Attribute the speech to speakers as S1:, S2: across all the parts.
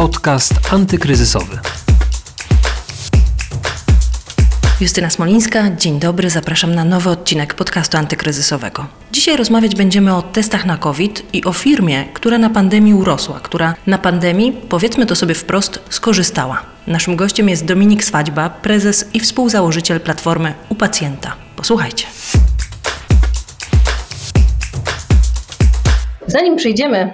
S1: Podcast antykryzysowy.
S2: Justyna Smolińska, dzień dobry, zapraszam na nowy odcinek podcastu antykryzysowego. Dzisiaj rozmawiać będziemy o testach na COVID i o firmie, która na pandemii urosła, która na pandemii, powiedzmy to sobie wprost, skorzystała. Naszym gościem jest Dominik Swadźba, prezes i współzałożyciel platformy U Pacjenta. Posłuchajcie. Zanim przejdziemy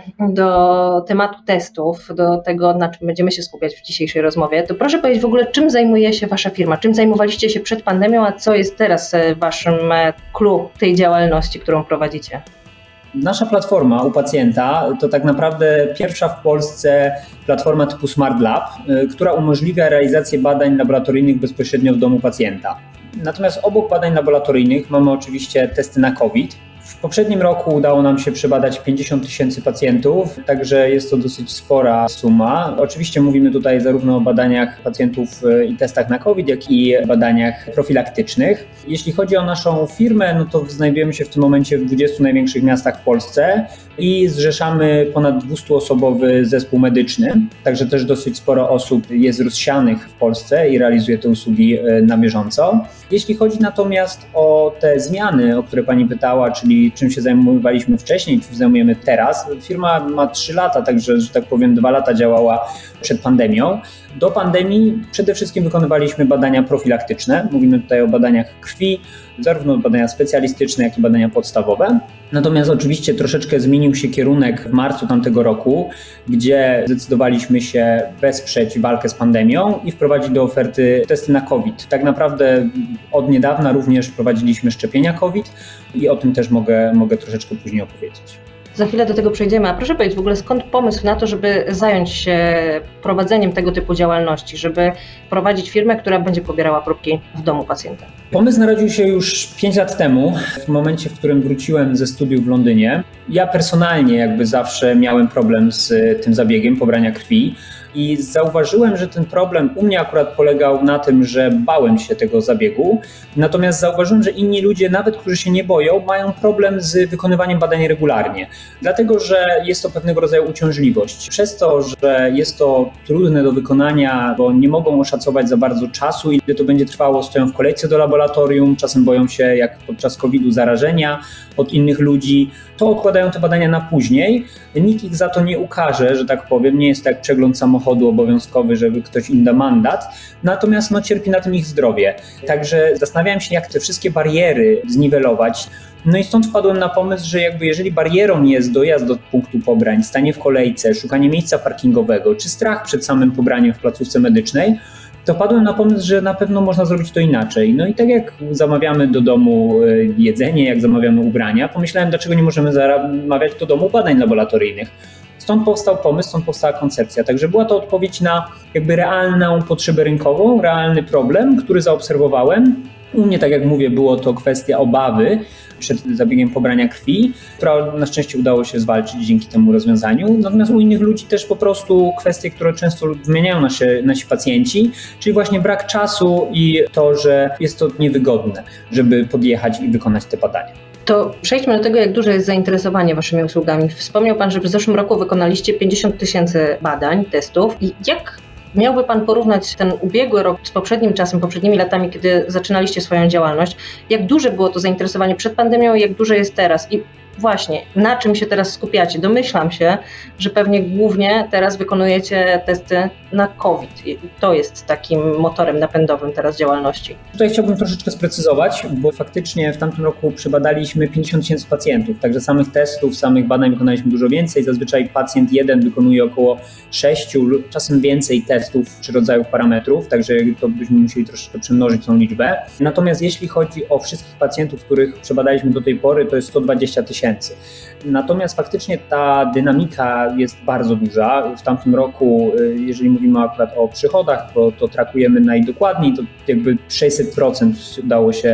S2: do tematu testów, do tego, na czym będziemy się skupiać w dzisiejszej rozmowie, to proszę powiedzieć w ogóle, czym zajmuje się Wasza firma? Czym zajmowaliście się przed pandemią, a co jest teraz Waszym clou tej działalności, którą prowadzicie?
S3: Nasza platforma U Pacjenta to tak naprawdę pierwsza w Polsce platforma typu Smart Lab, która umożliwia realizację badań laboratoryjnych bezpośrednio w domu pacjenta. Natomiast obok badań laboratoryjnych mamy oczywiście testy na COVID. W poprzednim roku udało nam się przebadać 50 000 pacjentów, także jest to dosyć spora suma. Oczywiście mówimy tutaj zarówno o badaniach pacjentów i testach na COVID, jak i badaniach profilaktycznych. Jeśli chodzi o naszą firmę, no to znajdujemy się w tym momencie w 20 największych miastach w Polsce i zrzeszamy ponad 200-osobowy zespół medyczny, także też dosyć sporo osób jest rozsianych w Polsce i realizuje te usługi na bieżąco. Jeśli chodzi natomiast o te zmiany, o które Pani pytała, czyli czym się zajmowaliśmy wcześniej, czym się zajmujemy teraz, firma ma 3 lata, także, że tak powiem, 2 lata działała przed pandemią. Do pandemii przede wszystkim wykonywaliśmy badania profilaktyczne. Mówimy tutaj o badaniach krwi, zarówno badania specjalistyczne, jak i badania podstawowe. Natomiast oczywiście troszeczkę zmienił się kierunek w marcu tamtego roku, gdzie zdecydowaliśmy się wesprzeć walkę z pandemią i wprowadzić do oferty testy na COVID. Tak naprawdę od niedawna również prowadziliśmy szczepienia COVID i o tym też mogę troszeczkę później opowiedzieć.
S2: Za chwilę do tego przejdziemy, a proszę powiedzieć w ogóle skąd pomysł na to, żeby zająć się prowadzeniem tego typu działalności, żeby prowadzić firmę, która będzie pobierała próbki w domu pacjenta?
S3: Pomysł narodził się już 5 lat temu, w momencie, w którym wróciłem ze studiów w Londynie. Ja personalnie zawsze miałem problem z tym zabiegiem pobrania krwi. I zauważyłem, że ten problem u mnie akurat polegał na tym, że bałem się tego zabiegu, natomiast zauważyłem, że inni ludzie, nawet którzy się nie boją, mają problem z wykonywaniem badań regularnie, dlatego że jest to pewnego rodzaju uciążliwość. Przez to, że jest to trudne do wykonania, bo nie mogą oszacować za bardzo czasu, ile to będzie trwało, stoją w kolejce do laboratorium, czasem boją się, jak podczas COVID-u, zarażenia od innych ludzi, to odkładają te badania na później. Nikt ich za to nie ukarze, że tak powiem, nie jest tak jak przegląd samochodu obowiązkowy, żeby ktoś im da mandat, natomiast cierpi na tym ich zdrowie. Także zastanawiałem się, jak te wszystkie bariery zniwelować. No i stąd wpadłem na pomysł, że jeżeli barierą jest dojazd do punktu pobrań, stanie w kolejce, szukanie miejsca parkingowego, czy strach przed samym pobraniem w placówce medycznej, to wpadłem na pomysł, że na pewno można zrobić to inaczej. No i tak jak zamawiamy do domu jedzenie, jak zamawiamy ubrania, pomyślałem, dlaczego nie możemy zamawiać do domu badań laboratoryjnych. Stąd powstał pomysł, stąd powstała koncepcja. Także była to odpowiedź na realną potrzebę rynkową, realny problem, który zaobserwowałem. U mnie, tak jak mówię, było to kwestia obawy przed zabiegiem pobrania krwi, która na szczęście udało się zwalczyć dzięki temu rozwiązaniu. Natomiast u innych ludzi też po prostu kwestie, które często wymieniają nasi pacjenci, czyli właśnie brak czasu i to, że jest to niewygodne, żeby podjechać i wykonać te badania.
S2: To przejdźmy do tego, jak duże jest zainteresowanie Waszymi usługami. Wspomniał Pan, że w zeszłym roku wykonaliście 50 000 badań, testów. I jak miałby Pan porównać ten ubiegły rok z poprzednim czasem, poprzednimi latami, kiedy zaczynaliście swoją działalność? Jak duże było to zainteresowanie przed pandemią i jak duże jest teraz? I właśnie, na czym się teraz skupiacie? Domyślam się, że pewnie głównie teraz wykonujecie testy na COVID. I to jest takim motorem napędowym teraz działalności.
S3: Tutaj chciałbym troszeczkę sprecyzować, bo faktycznie w tamtym roku przebadaliśmy 50 000 pacjentów, także samych testów, samych badań wykonaliśmy dużo więcej. Zazwyczaj pacjent jeden wykonuje około 6 lub czasem więcej testów czy rodzajów parametrów, także to byśmy musieli troszeczkę przemnożyć tą liczbę. Natomiast jeśli chodzi o wszystkich pacjentów, których przebadaliśmy do tej pory, to jest 120 000. Natomiast faktycznie ta dynamika jest bardzo duża. W tamtym roku, jeżeli mówimy akurat o przychodach, to trakujemy najdokładniej, to 600% udało się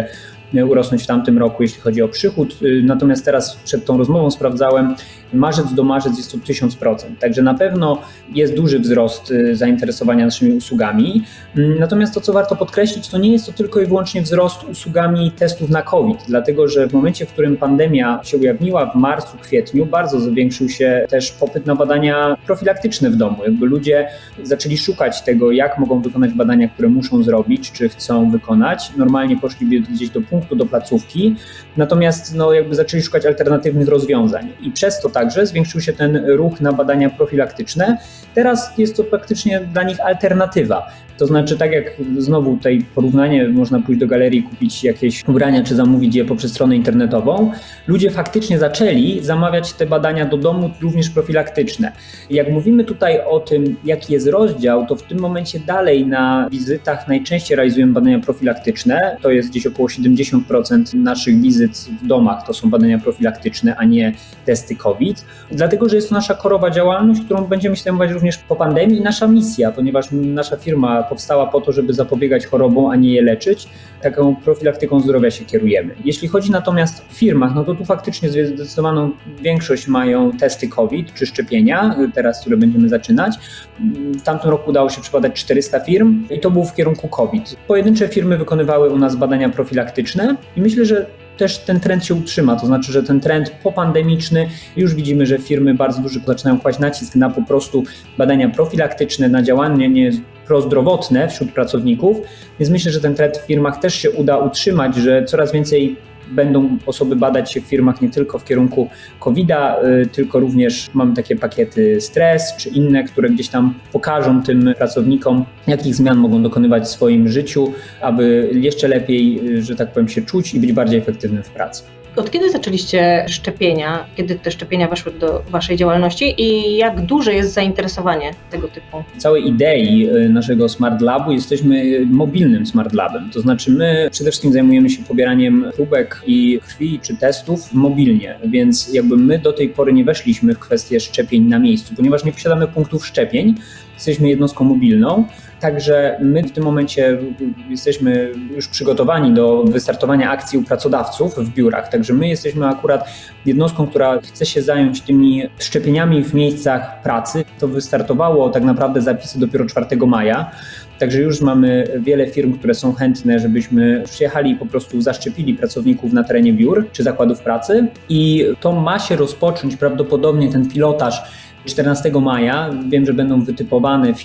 S3: urosnąć w tamtym roku, jeśli chodzi o przychód. Natomiast teraz przed tą rozmową sprawdzałem, marzec do marzec jest to 1000%. Także na pewno jest duży wzrost zainteresowania naszymi usługami. Natomiast to, co warto podkreślić, to nie jest to tylko i wyłącznie wzrost usługami testów na COVID, dlatego że w momencie, w którym pandemia się ujawniła w marcu, kwietniu, bardzo zwiększył się też popyt na badania profilaktyczne w domu. Jakby ludzie zaczęli szukać tego, jak mogą wykonać badania, które muszą zrobić, czy chcą wykonać. Normalnie poszli gdzieś do punktu, do placówki, natomiast jakby zaczęli szukać alternatywnych rozwiązań i przez to także zwiększył się ten ruch na badania profilaktyczne. Teraz jest to praktycznie dla nich alternatywa. To znaczy, tak jak znowu tutaj porównanie, można pójść do galerii, kupić jakieś ubrania, czy zamówić je poprzez stronę internetową. Ludzie faktycznie zaczęli zamawiać te badania do domu, również profilaktyczne. Jak mówimy tutaj o tym, jaki jest rozdział, to w tym momencie dalej na wizytach najczęściej realizujemy badania profilaktyczne. To jest gdzieś około 70% naszych wizyt w domach, to są badania profilaktyczne, a nie testy COVID. Dlatego, że jest to nasza korowa działalność, którą będziemy się zajmować również po pandemii i nasza misja, ponieważ nasza firma powstała po to, żeby zapobiegać chorobom, a nie je leczyć. Taką profilaktyką zdrowia się kierujemy. Jeśli chodzi natomiast w firmach, to tu faktycznie zdecydowaną większość mają testy COVID czy szczepienia, teraz, które będziemy zaczynać. W tamtym roku udało się przebadać 400 firm i to było w kierunku COVID. Pojedyncze firmy wykonywały u nas badania profilaktyczne i myślę, że też ten trend się utrzyma, to znaczy, że ten trend popandemiczny, już widzimy, że firmy bardzo dużo zaczynają kłaść nacisk na po prostu badania profilaktyczne, na działanie prozdrowotne wśród pracowników, więc myślę, że ten trend w firmach też się uda utrzymać, że coraz więcej będą osoby badać się w firmach nie tylko w kierunku COVID-a, tylko również mamy takie pakiety stres czy inne, które gdzieś tam pokażą tym pracownikom, jakich zmian mogą dokonywać w swoim życiu, aby jeszcze lepiej, że tak powiem, się czuć i być bardziej efektywnym w pracy.
S2: Od kiedy zaczęliście szczepienia? Kiedy te szczepienia weszły do waszej działalności i jak duże jest zainteresowanie tego typu?
S3: W całej idei naszego Smart Labu jesteśmy mobilnym Smart Labem. To znaczy my przede wszystkim zajmujemy się pobieraniem próbek i krwi czy testów mobilnie, więc jakby my do tej pory nie weszliśmy w kwestię szczepień na miejscu, ponieważ nie posiadamy punktów szczepień, jesteśmy jednostką mobilną. Także my w tym momencie jesteśmy już przygotowani do wystartowania akcji u pracodawców w biurach. Także my jesteśmy akurat jednostką, która chce się zająć tymi szczepieniami w miejscach pracy. To wystartowało tak naprawdę zapisy dopiero 4 maja. Także już mamy wiele firm, które są chętne, żebyśmy przyjechali i po prostu zaszczepili pracowników na terenie biur czy zakładów pracy. I to ma się rozpocząć prawdopodobnie ten pilotaż 14 maja. Wiem, że będą wytypowane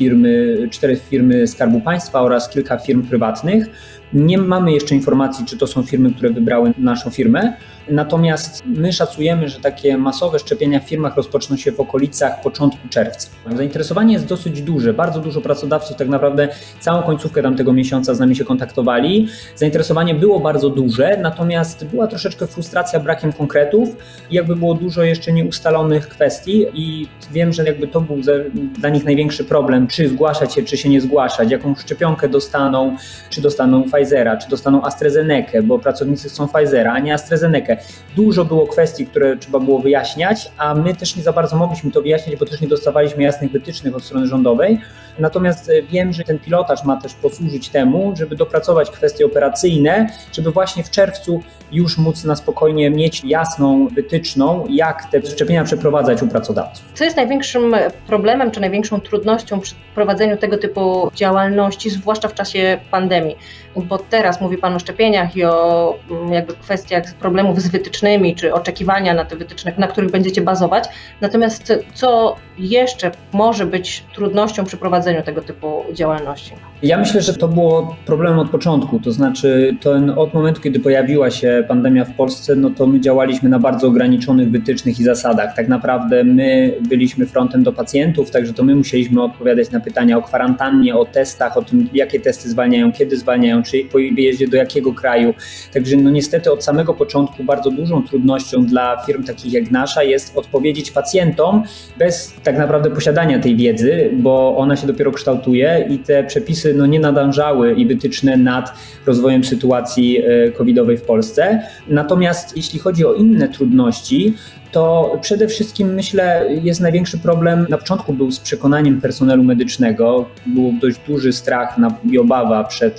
S3: 4 firmy Skarbu Państwa oraz kilka firm prywatnych. Nie mamy jeszcze informacji, czy to są firmy, które wybrały naszą firmę. Natomiast my szacujemy, że takie masowe szczepienia w firmach rozpoczną się w okolicach początku czerwca. Zainteresowanie jest dosyć duże. Bardzo dużo pracodawców tak naprawdę całą końcówkę tamtego miesiąca z nami się kontaktowali. Zainteresowanie było bardzo duże, natomiast była troszeczkę frustracja brakiem konkretów i jakby było dużo jeszcze nieustalonych kwestii i wiem, że jakby to był dla nich największy problem, czy zgłaszać się, czy się nie zgłaszać, jaką szczepionkę dostaną, czy dostaną Pfizera, czy dostaną AstraZenekę, bo pracownicy chcą Pfizera, a nie AstraZenekę. Dużo było kwestii, które trzeba było wyjaśniać, a my też nie za bardzo mogliśmy to wyjaśniać, bo też nie dostawaliśmy jasnych wytycznych od strony rządowej. Natomiast wiem, że ten pilotaż ma też posłużyć temu, żeby dopracować kwestie operacyjne, żeby właśnie w czerwcu już móc na spokojnie mieć jasną wytyczną, jak te szczepienia przeprowadzać u pracodawców.
S2: Co jest największym problemem czy największą trudnością przy prowadzeniu tego typu działalności, zwłaszcza w czasie pandemii? Bo teraz mówi Pan o szczepieniach i o jakby kwestiach problemów z wytycznymi, czy oczekiwania na te wytyczne, na których będziecie bazować. Natomiast co jeszcze może być trudnością przy prowadzeniu tego typu działalności?
S3: Ja myślę, że to było problemem od początku, to znaczy od momentu, kiedy pojawiła się pandemia w Polsce, to my działaliśmy na bardzo ograniczonych wytycznych i zasadach. Tak naprawdę my byliśmy frontem do pacjentów, także to my musieliśmy odpowiadać na pytania o kwarantannie, o testach, o tym, jakie testy zwalniają, kiedy zwalniają, czy po wyjeździe do jakiego kraju. Także niestety od samego początku bardzo dużą trudnością dla firm takich jak nasza jest odpowiedzieć pacjentom bez tak naprawdę posiadania tej wiedzy, bo ona się dopiero kształtuje i te przepisy nie nadążały i wytyczne nad rozwojem sytuacji covidowej w Polsce. Natomiast jeśli chodzi o inne trudności, to przede wszystkim myślę jest największy problem. Na początku był z przekonaniem personelu medycznego. Był dość duży strach i obawa przed zarażeniem.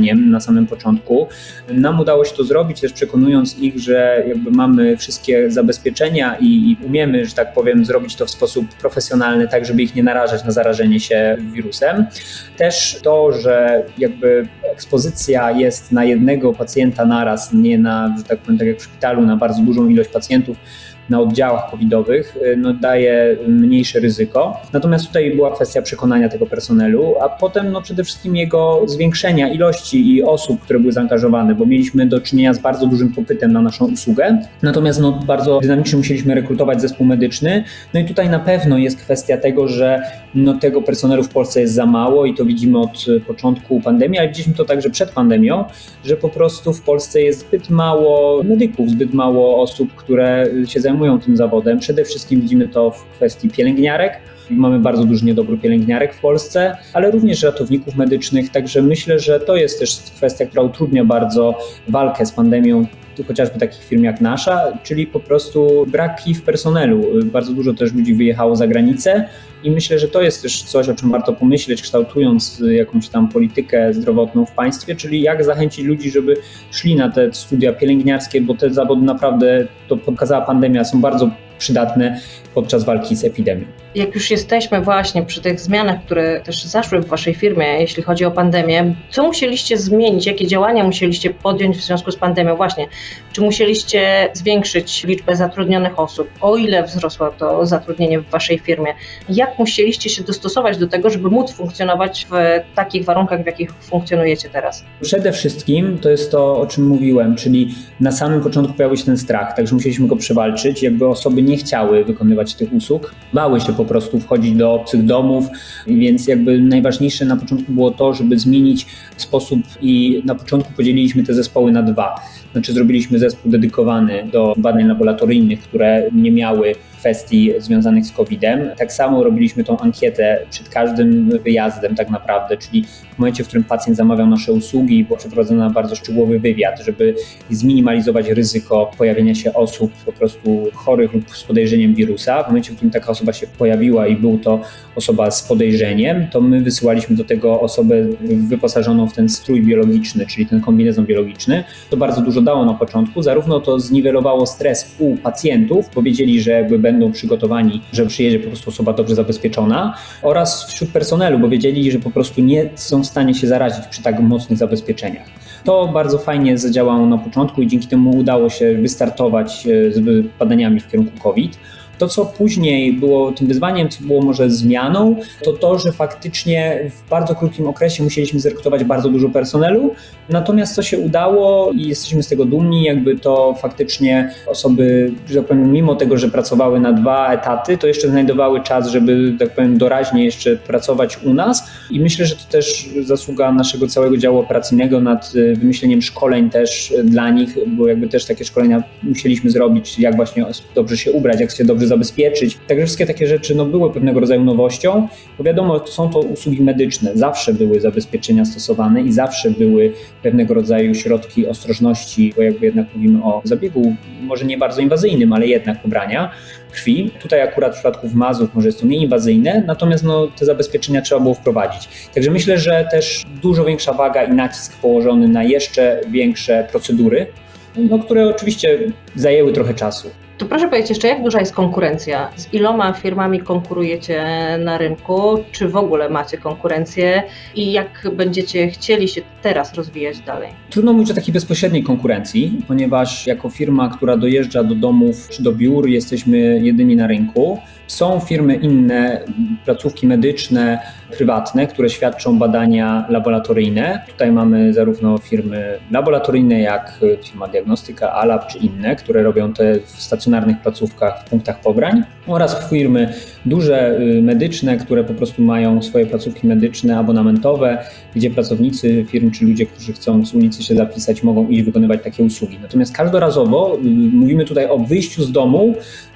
S3: zagrożeniem na samym początku. Nam udało się to zrobić też przekonując ich, że jakby mamy wszystkie zabezpieczenia i umiemy, że tak powiem, zrobić to w sposób profesjonalny, tak żeby ich nie narażać na zarażenie się wirusem. Też to, że jakby ekspozycja jest na jednego pacjenta naraz, nie na, że tak powiem, tak jak w szpitalu, na bardzo dużą ilość pacjentów na oddziałach covidowych, daje mniejsze ryzyko. Natomiast tutaj była kwestia przekonania tego personelu, a potem przede wszystkim jego zwiększenia ilości i osób, które były zaangażowane, bo mieliśmy do czynienia z bardzo dużym popytem na naszą usługę. Natomiast bardzo dynamicznie musieliśmy rekrutować zespół medyczny. I tutaj na pewno jest kwestia tego, że tego personelu w Polsce jest za mało i to widzimy od początku pandemii, ale widzieliśmy to także przed pandemią, że po prostu w Polsce jest zbyt mało medyków, zbyt mało osób, które się zajmują tym zawodem. Przede wszystkim widzimy to w kwestii pielęgniarek. Mamy bardzo duży niedobór pielęgniarek w Polsce, ale również ratowników medycznych, także myślę, że to jest też kwestia, która utrudnia bardzo walkę z pandemią, chociażby takich firm jak nasza, czyli po prostu braki w personelu. Bardzo dużo też ludzi wyjechało za granicę i myślę, że to jest też coś, o czym warto pomyśleć, kształtując jakąś tam politykę zdrowotną w państwie, czyli jak zachęcić ludzi, żeby szli na te studia pielęgniarskie, bo te zawody naprawdę, to pokazała pandemia, są bardzo przydatne podczas walki z epidemią.
S2: Jak już jesteśmy właśnie przy tych zmianach, które też zaszły w waszej firmie, jeśli chodzi o pandemię, co musieliście zmienić, jakie działania musieliście podjąć w związku z pandemią? Właśnie, czy musieliście zwiększyć liczbę zatrudnionych osób? O ile wzrosło to zatrudnienie w waszej firmie? Jak musieliście się dostosować do tego, żeby móc funkcjonować w takich warunkach, w jakich funkcjonujecie teraz?
S3: Przede wszystkim to jest to, o czym mówiłem, czyli na samym początku pojawił się ten strach, także musieliśmy go przewalczyć. Jakby osoby nie chciały wykonywać tych usług, bały się po prostu wchodzić do obcych domów, więc jakby najważniejsze na początku było to, żeby zmienić sposób i na początku podzieliliśmy te zespoły na dwa. Znaczy zrobiliśmy zespół dedykowany do badań laboratoryjnych, które nie miały kwestii związanych z COVID-em. Tak samo robiliśmy tą ankietę przed każdym wyjazdem tak naprawdę, czyli w momencie, w którym pacjent zamawiał nasze usługi, był przeprowadzony bardzo szczegółowy wywiad, żeby zminimalizować ryzyko pojawienia się osób po prostu chorych lub z podejrzeniem wirusa. W momencie, w którym taka osoba się pojawiła i był to osoba z podejrzeniem, to my wysyłaliśmy do tego osobę wyposażoną w ten strój biologiczny, czyli ten kombinezon biologiczny. To bardzo dużo dało na początku. Zarówno to zniwelowało stres u pacjentów, powiedzieli, że jakby będą przygotowani, że przyjedzie po prostu osoba dobrze zabezpieczona, oraz wśród personelu, bo wiedzieli, że po prostu nie są w stanie się zarazić przy tak mocnych zabezpieczeniach. To bardzo fajnie zadziałało na początku i dzięki temu udało się wystartować z badaniami w kierunku COVID. To, co później było tym wyzwaniem, co było może zmianą, to to, że faktycznie w bardzo krótkim okresie musieliśmy zrekrutować bardzo dużo personelu, natomiast to się udało i jesteśmy z tego dumni, jakby to faktycznie osoby, że tak powiem, mimo tego, że pracowały na 2 etaty, to jeszcze znajdowały czas, żeby, tak powiem, doraźnie jeszcze pracować u nas i myślę, że to też zasługa naszego całego działu operacyjnego nad wymyśleniem szkoleń też dla nich, bo jakby też takie szkolenia musieliśmy zrobić, jak właśnie dobrze się ubrać, jak się dobrze zabezpieczyć. Także wszystkie takie rzeczy były pewnego rodzaju nowością, bo wiadomo, są to usługi medyczne. Zawsze były zabezpieczenia stosowane i zawsze były pewnego rodzaju środki ostrożności, bo jakby jednak mówimy o zabiegu, może nie bardzo inwazyjnym, ale jednak pobrania krwi. Tutaj akurat w przypadku wmazów może jest to mniej inwazyjne, natomiast te zabezpieczenia trzeba było wprowadzić. Także myślę, że też dużo większa waga i nacisk położony na jeszcze większe procedury, które oczywiście zajęły trochę czasu.
S2: To proszę powiedzieć jeszcze, jak duża jest konkurencja? Z iloma firmami konkurujecie na rynku? Czy w ogóle macie konkurencję? I jak będziecie chcieli się teraz rozwijać dalej?
S3: Trudno mówić o takiej bezpośredniej konkurencji, ponieważ jako firma, która dojeżdża do domów czy do biur, jesteśmy jedyni na rynku. Są firmy inne, placówki medyczne, prywatne, które świadczą badania laboratoryjne. Tutaj mamy zarówno firmy laboratoryjne, jak firma Diagnostyka, Alab czy inne, które robią te w stacjonarnych placówkach, w punktach pobrań, oraz firmy duże, medyczne, które po prostu mają swoje placówki medyczne, abonamentowe, gdzie pracownicy firm czy ludzie, którzy chcą z ulicy się zapisać, mogą iść wykonywać takie usługi. Natomiast każdorazowo mówimy tutaj o wyjściu z domu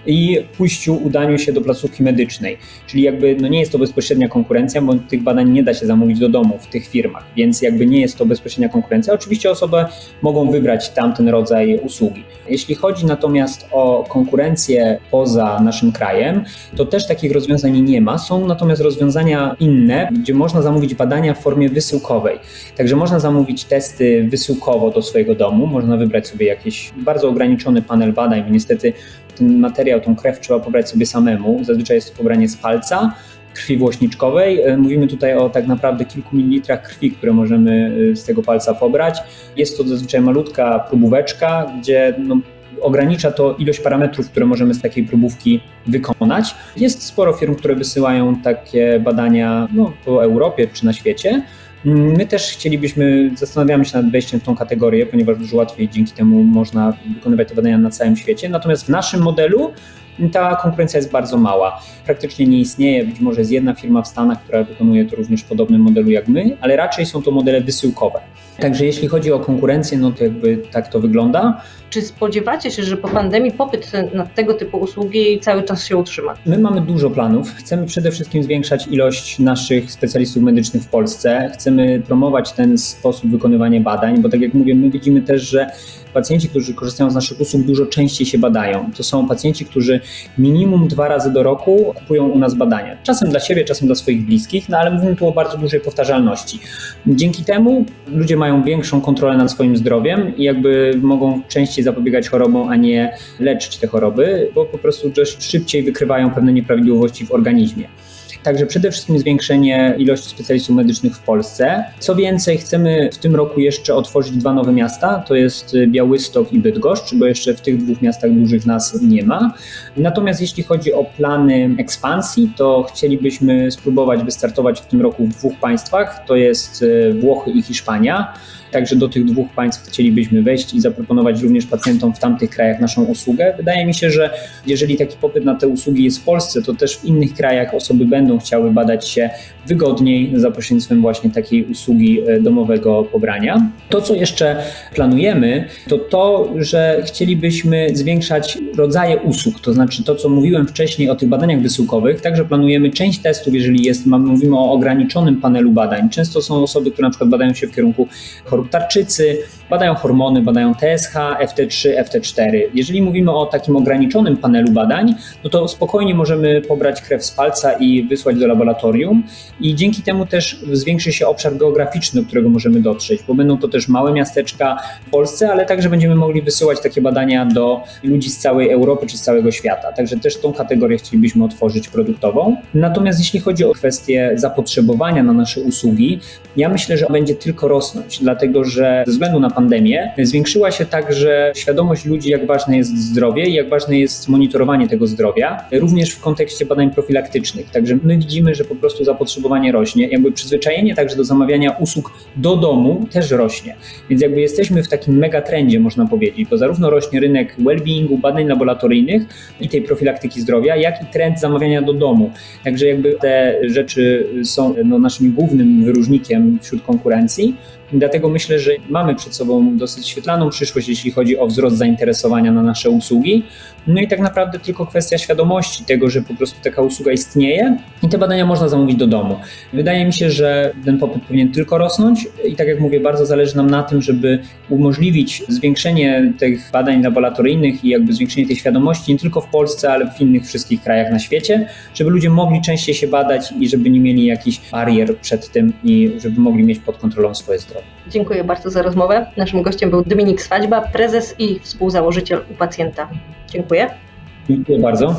S3: i udaniu się do placówki medycznej. Czyli jakby nie jest to bezpośrednia konkurencja, bo tych badań nie da się zamówić do domu w tych firmach, więc jakby nie jest to bezpośrednia konkurencja. Oczywiście osoby mogą wybrać tamten rodzaj usługi. Jeśli chodzi natomiast o konkurencję poza naszym krajem, to też takich rozwiązań nie ma. Są natomiast rozwiązania inne, gdzie można zamówić badania w formie wysyłkowej. Także można zamówić testy wysyłkowo do swojego domu, można wybrać sobie jakiś bardzo ograniczony panel badań, bo niestety ten materiał, tą krew trzeba pobrać sobie samemu. Zazwyczaj jest to pobranie z palca, krwi włośniczkowej. Mówimy tutaj o tak naprawdę kilku mililitrach krwi, które możemy z tego palca pobrać. Jest to zazwyczaj malutka próbóweczka, gdzie ogranicza to ilość parametrów, które możemy z takiej próbówki wykonać. Jest sporo firm, które wysyłają takie badania po Europie czy na świecie. My też zastanawiamy się nad wejściem w tą kategorię, ponieważ dużo łatwiej dzięki temu można wykonywać te badania na całym świecie. Natomiast w naszym modelu ta konkurencja jest bardzo mała. Praktycznie nie istnieje, być może jest jedna firma w Stanach, która wykonuje to również w podobnym modelu jak my, ale raczej są to modele wysyłkowe. Także jeśli chodzi o konkurencję, to jakby tak to wygląda.
S2: Czy spodziewacie się, że po pandemii popyt na tego typu usługi cały czas się utrzyma?
S3: My mamy dużo planów. Chcemy przede wszystkim zwiększać ilość naszych specjalistów medycznych w Polsce. Chcemy promować ten sposób wykonywania badań, bo tak jak mówię, my widzimy też, że pacjenci, którzy korzystają z naszych usług, dużo częściej się badają. To są pacjenci, którzy minimum 2 razy do roku kupują u nas badania. Czasem dla siebie, czasem dla swoich bliskich, ale mówimy tu o bardzo dużej powtarzalności. Dzięki temu ludzie mają większą kontrolę nad swoim zdrowiem i jakby mogą częściej zapobiegać chorobom, a nie leczyć te choroby, bo po prostu dość szybciej wykrywają pewne nieprawidłowości w organizmie. Także przede wszystkim zwiększenie ilości specjalistów medycznych w Polsce. Co więcej, chcemy w tym roku jeszcze otworzyć 2 nowe miasta, to jest Białystok i Bydgoszcz, bo jeszcze w tych 2 miastach dużych nas nie ma. Natomiast jeśli chodzi o plany ekspansji, to chcielibyśmy spróbować wystartować w tym roku w 2 państwach, to jest Włochy i Hiszpania. Także do tych 2 państw chcielibyśmy wejść i zaproponować również pacjentom w tamtych krajach naszą usługę. Wydaje mi się, że jeżeli taki popyt na te usługi jest w Polsce, to też w innych krajach osoby będą chciały badać się wygodniej za pośrednictwem właśnie takiej usługi domowego pobrania. To, co jeszcze planujemy, to, że chcielibyśmy zwiększać rodzaje usług, to znaczy to, co mówiłem wcześniej o tych badaniach wysyłkowych, także planujemy część testów, jeżeli mówimy o ograniczonym panelu badań. Często są osoby, które na przykład badają się w kierunku chorób tarczycy, badają hormony, badają TSH, FT3, FT4. Jeżeli mówimy o takim ograniczonym panelu badań, to spokojnie możemy pobrać krew z palca i wysłać do laboratorium i dzięki temu też zwiększy się obszar geograficzny, do którego możemy dotrzeć, bo będą to też małe miasteczka w Polsce, ale także będziemy mogli wysyłać takie badania do ludzi z całej Europy czy z całego świata. Także też tą kategorię chcielibyśmy otworzyć produktową. Natomiast jeśli chodzi o kwestię zapotrzebowania na nasze usługi, ja myślę, że będzie tylko rosnąć, dlatego że ze względu na pandemię zwiększyła się także świadomość ludzi, jak ważne jest zdrowie i jak ważne jest monitorowanie tego zdrowia, również w kontekście badań profilaktycznych. Także my widzimy, że po prostu zapotrzebowanie rośnie, jakby przyzwyczajenie także do zamawiania usług do domu też rośnie. Więc jakby jesteśmy w takim megatrendzie, można powiedzieć, bo zarówno rośnie rynek well-beingu, badań laboratoryjnych i tej profilaktyki zdrowia, jak i trend zamawiania do domu. Także jakby te rzeczy są naszym głównym wyróżnikiem wśród konkurencji. Dlatego myślę, że mamy przed sobą dosyć świetlaną przyszłość, jeśli chodzi o wzrost zainteresowania na nasze usługi. No i tak naprawdę tylko kwestia świadomości tego, że po prostu taka usługa istnieje i te badania można zamówić do domu. Wydaje mi się, że ten popyt powinien tylko rosnąć i tak jak mówię, bardzo zależy nam na tym, żeby umożliwić zwiększenie tych badań laboratoryjnych i jakby zwiększenie tej świadomości nie tylko w Polsce, ale w innych wszystkich krajach na świecie, żeby ludzie mogli częściej się badać i żeby nie mieli jakichś barier przed tym i żeby mogli mieć pod kontrolą swoje zdrowie.
S2: Dziękuję bardzo za rozmowę. Naszym gościem był Dominik Swadźba, prezes i współzałożyciel U Pacjenta. Dziękuję.
S3: Dziękuję bardzo.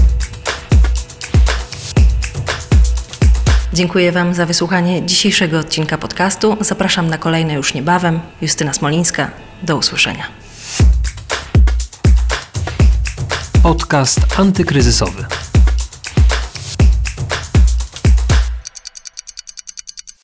S4: Dziękuję Wam za wysłuchanie dzisiejszego odcinka podcastu. Zapraszam na kolejne już niebawem. Justyna Smolińska. Do usłyszenia.
S1: Podcast antykryzysowy.